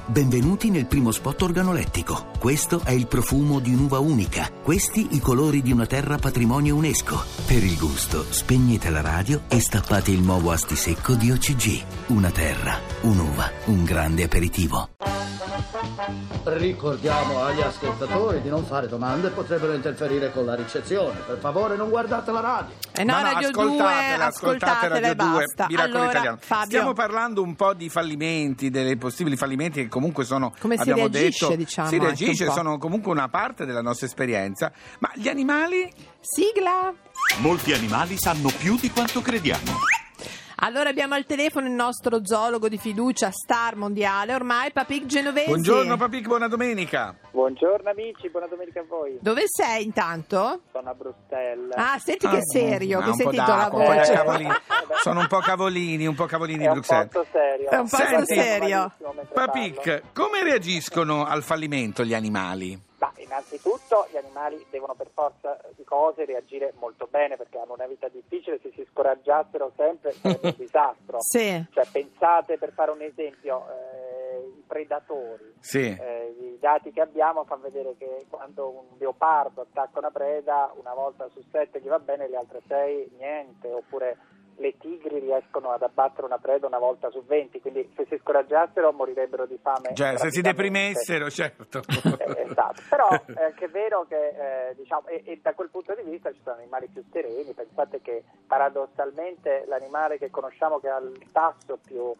Benvenuti nel primo spot organolettico. Questo è il profumo di un'uva unica. Questi i colori di una terra patrimonio UNESCO. Per il gusto, spegnete la radio e stappate il nuovo asti secco di OCG. Una terra, un'uva, un grande aperitivo. Ricordiamo agli ascoltatori di non fare domande, potrebbero interferire con la ricezione. Per favore, non guardate la radio. No, Radio 2, ascoltatela e basta. Allora, Fabio, stiamo parlando un po' di fallimenti, dei possibili fallimenti che comunque sono, come si abbiamo reagisce, detto, diciamo, si reagisce, anche un po'. sono comunque una parte della nostra esperienza. Ma gli animali? Sigla. Molti animali sanno più di quanto crediamo. Allora abbiamo al telefono il nostro zoologo di fiducia, star mondiale ormai, Papik Genovesi. Buongiorno Papik, buona domenica. Buongiorno amici, buona domenica a voi. Dove sei intanto? Sono a Bruxelles. Ah, senti che serio, che un po' sentito la d'acqua, un po' di voce. cavolini. Sono un po' cavolini È un Bruxelles. posto serio. È un posto Senti, serio. Papik, come reagiscono al fallimento gli animali? Ma innanzitutto gli animali devono per forza di cose reagire molto bene perché hanno una vita difficile, se si scoraggiassero sempre sarebbe un disastro. Sì. Cioè, pensate, per fare un esempio, i predatori. Sì. I dati che abbiamo fanno vedere che quando un leopardo attacca una preda, una volta su 7 gli va bene, le altre 6 niente, oppure le tigri riescono ad abbattere una preda una volta su 20, quindi se si scoraggiassero morirebbero di fame. Cioè, se si rapidamente. deprimessero, certo. Esatto, però è anche vero che diciamo, e da quel punto di vista ci sono animali più sereni. Pensate che paradossalmente l'animale che conosciamo che ha il tasso più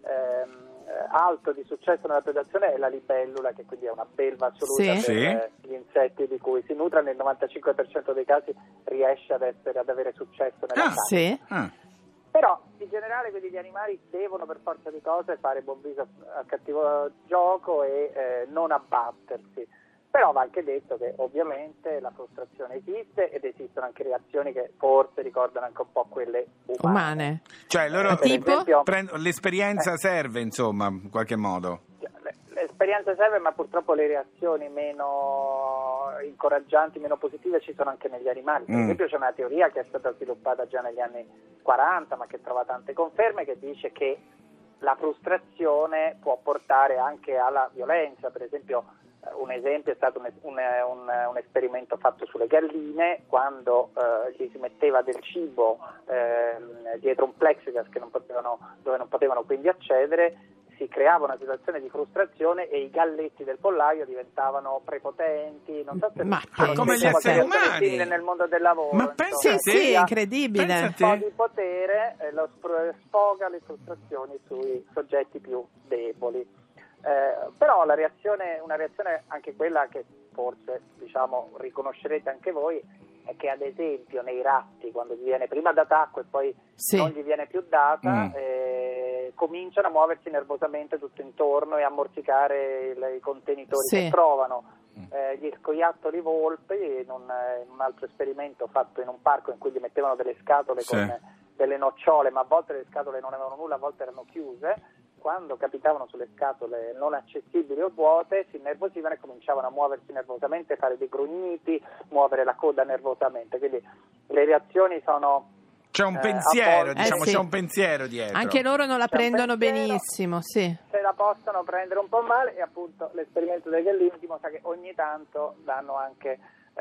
alto di successo nella predazione è la libellula, che quindi è una belva assoluta Sì. per gli insetti di cui si nutre. Nel 95% dei casi riesce ad avere successo nella caccia. Sì. Però in generale quindi gli animali devono per forza di cose fare buon viso al cattivo gioco e non abbattersi. Però va anche detto che ovviamente la frustrazione esiste ed esistono anche reazioni che forse ricordano anche un po' quelle umane. Cioè, loro Per esempio, l'esperienza serve, insomma, in qualche modo. l'esperienza serve, ma purtroppo le reazioni meno incoraggianti, meno positive ci sono anche negli animali. Per esempio c'è una teoria che è stata sviluppata già negli anni 40, ma che trova tante conferme, che dice che la frustrazione può portare anche alla violenza. Per esempio, un esempio è stato un esperimento fatto sulle galline. Quando gli si metteva del cibo dietro un plexiglass dove non potevano quindi accedere, si creava una situazione di frustrazione e i galletti del pollaio diventavano prepotenti. Non so se come gli esseri umani nel mondo del lavoro. Ma pensa a te, sì, incredibile. Un po' di potere sfoga le frustrazioni sui soggetti più deboli. Però una reazione anche quella che forse riconoscerete anche voi è che ad esempio nei ratti, quando gli viene prima data acqua e poi non gli viene più data, cominciano a muoversi nervosamente tutto intorno e a morsicare i contenitori che trovano. Gli scoiattoli volpi, in un altro esperimento fatto in un parco in cui gli mettevano delle scatole con delle nocciole, ma a volte le scatole non avevano nulla, a volte erano chiuse. Quando capitavano sulle scatole non accessibili o vuote, si innervosivano e cominciavano a muoversi nervosamente, fare dei grugniti, muovere la coda nervosamente. Quindi le reazioni sono... C'è un pensiero, sì. c'è un pensiero dietro. Anche loro non la prendono benissimo, sì. Se la possono prendere un po' male, e appunto l'esperimento delle galline dimostra che ogni tanto danno anche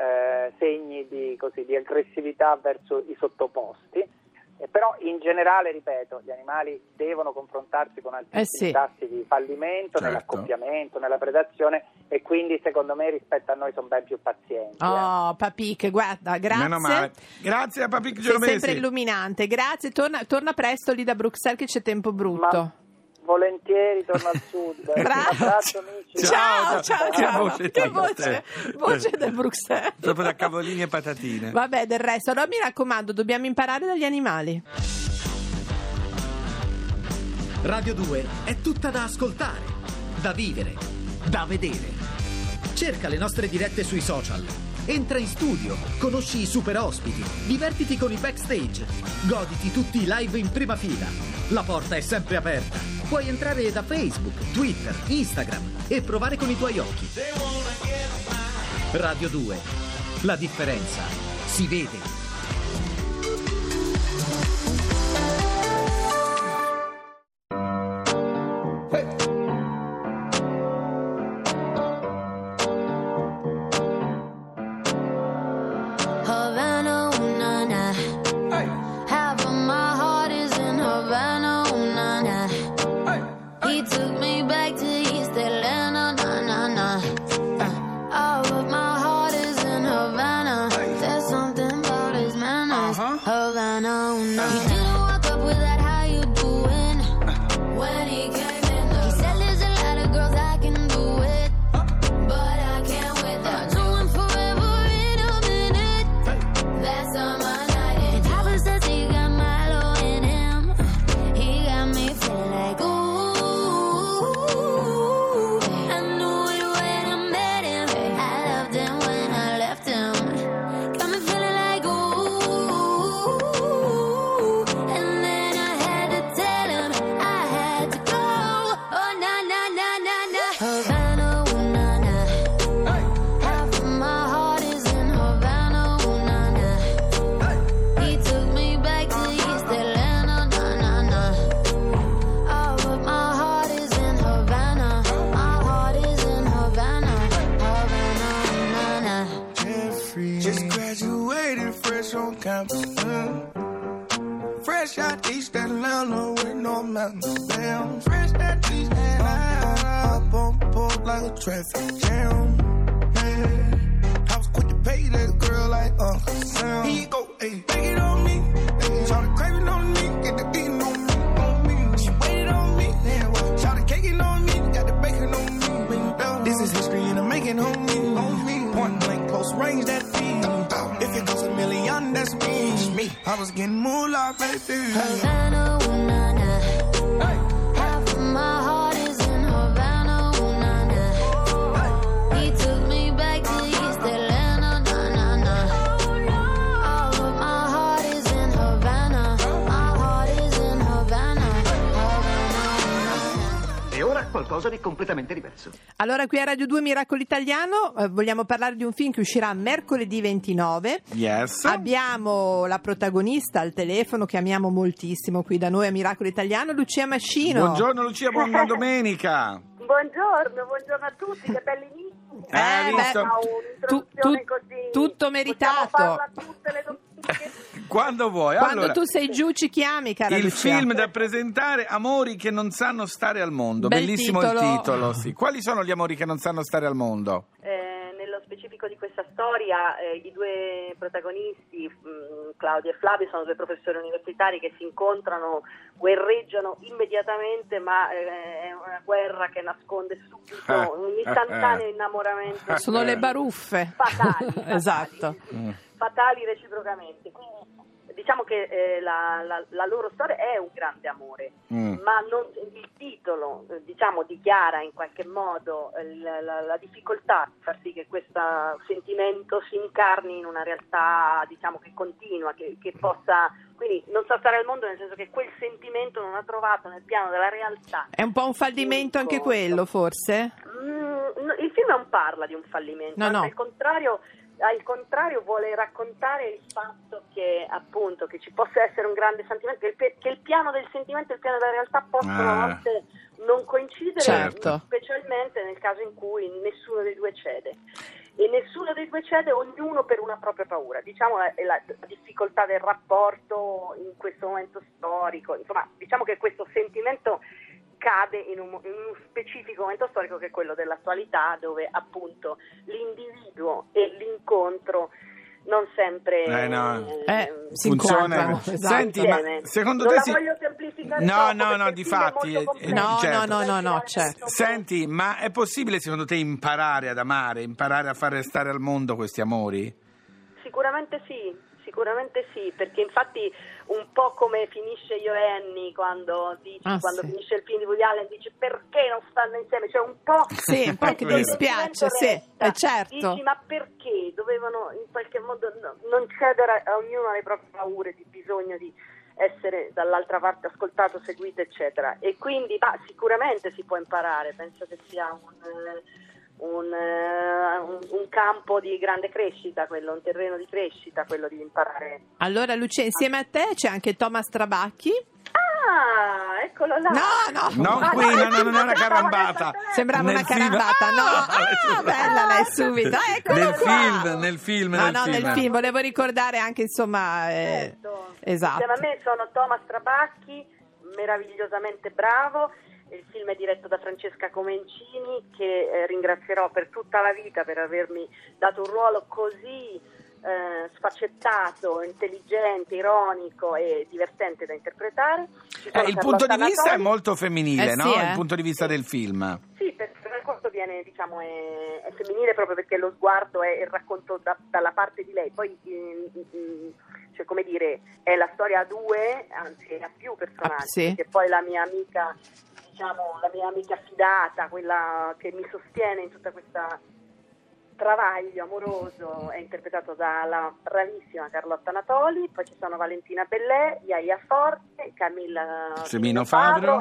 segni di aggressività verso i sottoposti. Però in generale, ripeto, gli animali devono confrontarsi con altissimi tassi di fallimento nell'accoppiamento, nella predazione, e quindi secondo me rispetto a noi sono ben più pazienti. Oh, Papik, guarda, grazie. Meno male. Grazie a Papik Sei Genovesi. sempre illuminante. Grazie, torna presto lì da Bruxelles che c'è tempo brutto. Ma volentieri torno al sud. Un abbraccio amici. Ciao. Che voce del Bruxelles. Proprio da cavolini e patatine. Vabbè, del resto, allora mi raccomando, dobbiamo imparare dagli animali. Radio 2 è tutta da ascoltare, da vivere, da vedere. Cerca le nostre dirette sui social. Entra in studio, conosci i super ospiti, divertiti con i backstage, goditi tutti i live in prima fila. La porta è sempre aperta. Puoi entrare da Facebook, Twitter, Instagram e provare con i tuoi occhi. Radio 2. La differenza si vede. Havana, ooh, na, na. Half of my heart is in Havana, ooh, na, na. He took me back to East Atlanta, na, na, na. Oh, but my heart is in Havana. My heart is in Havana, Havana, ooh, na, na. Jeffrey just graduated fresh on campus. Fresh out East Atlanta with no mountains down. Fresh out East Atlanta, up on board like a traffic jam. Man, I was quick to pay that girl like Uncle Sam. He go, hey, take it on me. Hey, shout the craving on me, get the eating on me. She waited on me, shout the caking on me, got the bacon on me. This is history and I'm making on me. Point blank, close range, that feed. If it goes $1 million, that's me. I was getting moolah, baby. Havana, ooh, na, na. Half of my heart is in Havana, ooh, na, na. He took me back to East Atlanta, na, na, na. Oh, but my heart is in Havana. My heart is in Havana, Havana. E ora qualcosa di completamente diverso. Allora, qui a Radio 2 Miracolo Italiano vogliamo parlare di un film che uscirà mercoledì 29. Yes. Abbiamo la protagonista al telefono che amiamo moltissimo qui da noi a Miracolo Italiano, Lucia Mascino. Buongiorno Lucia, buona domenica. Buongiorno a tutti, che belli inizi. Visto? Un'introduzione così. Tutto meritato. Possiamo farla tutte le domeniche. Quando vuoi. Quando allora, tu sei giù ci chiami, cara il Lucia. film da presentare, Amori che non sanno stare al mondo. Bel Bellissimo titolo. il titolo, sì. Quali sono gli amori che non sanno stare al mondo? Nello specifico di questa storia, i due protagonisti, Claudia e Flavio, sono due professori universitari che si incontrano, guerreggiano immediatamente, ma è una guerra che nasconde subito un istantaneo innamoramento. Sono le baruffe. Fatali. Esatto. Fatali reciprocamente. Quindi diciamo che la loro storia è un grande amore, ma il titolo diciamo dichiara in qualche modo la difficoltà di far sì che questo sentimento si incarni in una realtà diciamo che continua, che possa, quindi non sa stare al mondo, nel senso che quel sentimento non ha trovato nel piano della realtà. È un po' un fallimento anche quello, forse? Il film non parla di un fallimento, no. Al contrario vuole raccontare il fatto che appunto che ci possa essere un grande sentimento, che il piano del sentimento e il piano della realtà possono a volte non coincidere, certo. Specialmente nel caso in cui nessuno dei due cede. E nessuno dei due cede, ognuno per una propria paura. Diciamo la difficoltà del rapporto in questo momento storico. Insomma, diciamo che questo sentimento cade in un specifico momento storico che è quello dell'attualità, dove appunto l'individuo e l'incontro non sempre si funziona. incontrano. Esatto. Senti, ma secondo non te la voglio semplificare no, di fatti no, certo. Senti, ma è possibile secondo te imparare ad amare, imparare a fare stare al mondo questi amori? Sicuramente sì, perché infatti un po' come finisce Io e Annie quando finisce il film di Woody Allen, dice perché non stanno insieme, cioè un po' sì, un po' che ti dispiace, sì, certo. Dici ma perché dovevano in qualche modo non cedere a ognuno alle proprie paure, di bisogno di essere dall'altra parte ascoltato, seguito, eccetera. E quindi sicuramente si può imparare, penso che sia un campo di grande crescita, un terreno di crescita, quello di imparare. Allora Lucia, insieme a te c'è anche Thomas Trabacchi. Ah, eccolo là. Non qui, non è una carambata. Sembrava una carambata, bella lei subito. Nel film. Nel film. Volevo ricordare anche, insomma, certo. Esatto. Insieme a me sono Thomas Trabacchi, meravigliosamente bravo. Il film è diretto da Francesca Comencini, che ringrazierò per tutta la vita per avermi dato un ruolo così sfaccettato, intelligente, ironico e divertente da interpretare. Il punto di vista è molto femminile, no? Il punto di vista del film. Sì, perché il racconto viene, diciamo, è femminile proprio perché lo sguardo è il racconto dalla parte di lei. Poi, cioè, come dire, è la storia a due, anzi a più personaggi, perché poi la mia amica, diciamo, la mia amica fidata, quella che mi sostiene in tutta questa travaglio amoroso, è interpretato dalla bravissima Carlotta Natoli. Poi ci sono Valentina Bellè, Iaia Forte, Camilla Semino Fabro,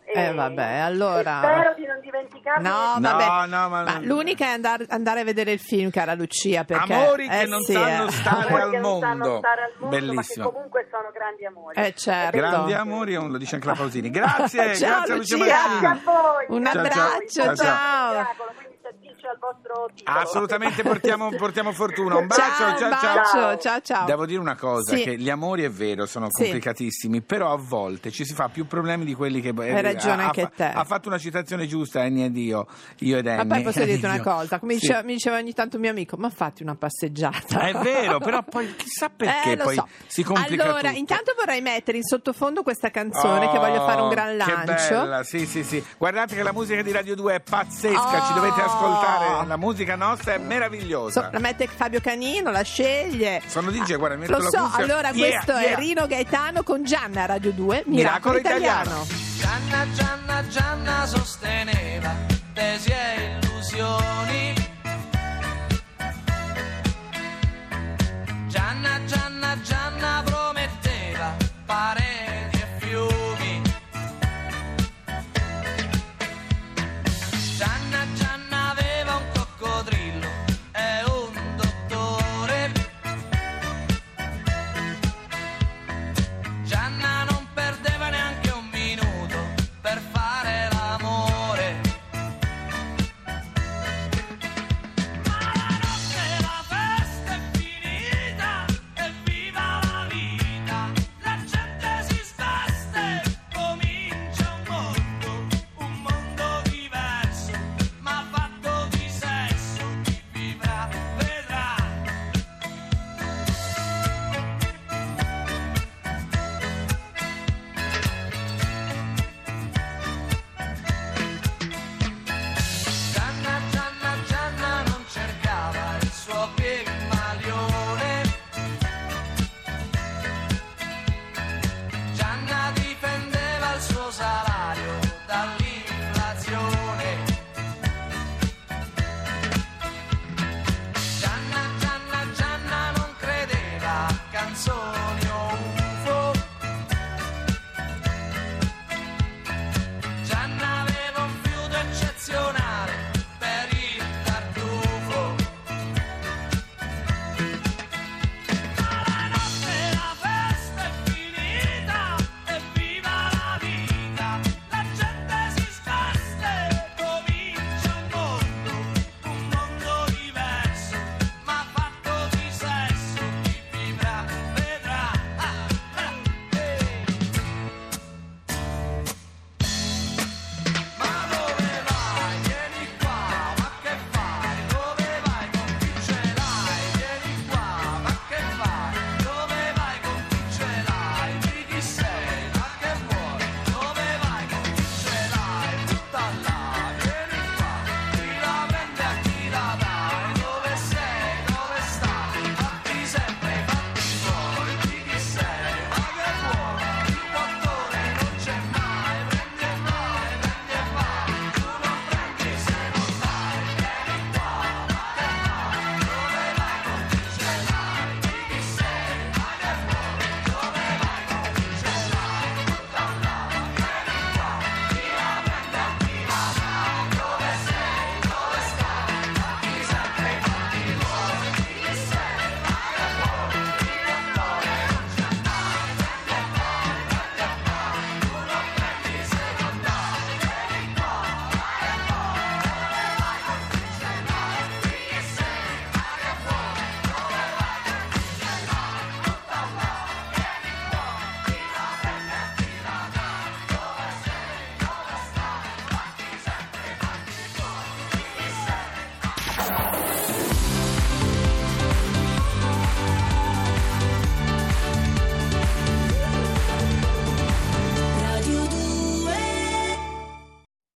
Vabbè, allora. Spero di non dimenticarmi. No, vabbè. Ma l'unica è andare a vedere il film, cara Lucia, perché amori che non sanno stare Amori al che non sanno mondo. stare al mondo, Bellissimo. ma che comunque sono grandi amori. Certo. Grandi amori, lo dice anche la Pausini. Grazie, Ciao, grazie Lucia. Grazie a voi. Un Ciao, abbraccio, ciao. Quindi si addice al vostro titolo. Assolutamente, portiamo fortuna. Un bacio, Ciao, un bacio, ciao. Devo dire una cosa, Sì. che gli amori è vero, sono Sì. complicatissimi, però a volte ci si fa più problemi di quelli che... Hai ragione anche te. Ha fatto una citazione giusta, Annie ed io ed Annie. Ma poi posso dirti una cosa, come Sì. mi diceva ogni tanto un mio amico, ma fatti una passeggiata. È vero, però poi chissà perché lo poi so. si complica Allora, tutto. intanto vorrei mettere in sottofondo questa canzone che voglio fare un gran Che lancio. bella, sì. Guardate che la musica di Radio 2 è pazzesca, ci dovete ascoltare, la musica nostra è meravigliosa. La mette Fabio Canino, la sceglie. Sono DJ, guarda, mi metto Lo la so, cuffia. allora questo è Rino Gaetano con Gianna a Radio 2, Miracolo Italiano. Gianna sosteneva tesi e illusioni. Gianna prometteva pareti e fiumi.